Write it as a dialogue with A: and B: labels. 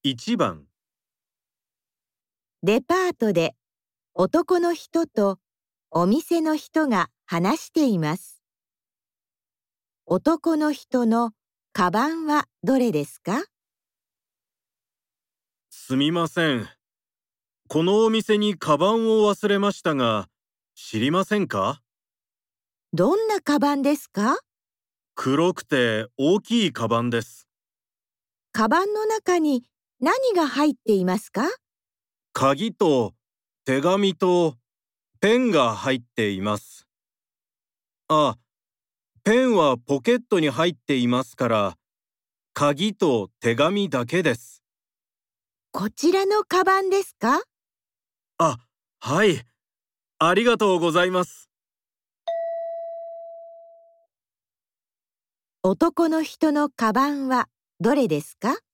A: 1番、
B: デパートで男の人とお店の人が話しています。男の人のカバンはどれですか？
A: すみません。このお店にカバンを忘れましたが、知りませんか？
B: どんなカバンですか？
A: 黒くて大きいカバンです。
B: カバンの中に何が入っていますか？
A: 鍵と手紙とペンが入っています。あ、ペンはポケットに入っていますから、鍵と手紙だけです。
B: こちらのカバンですか？
A: あ、はい。ありがとうございます。
B: 男の人のカバンはどれですか？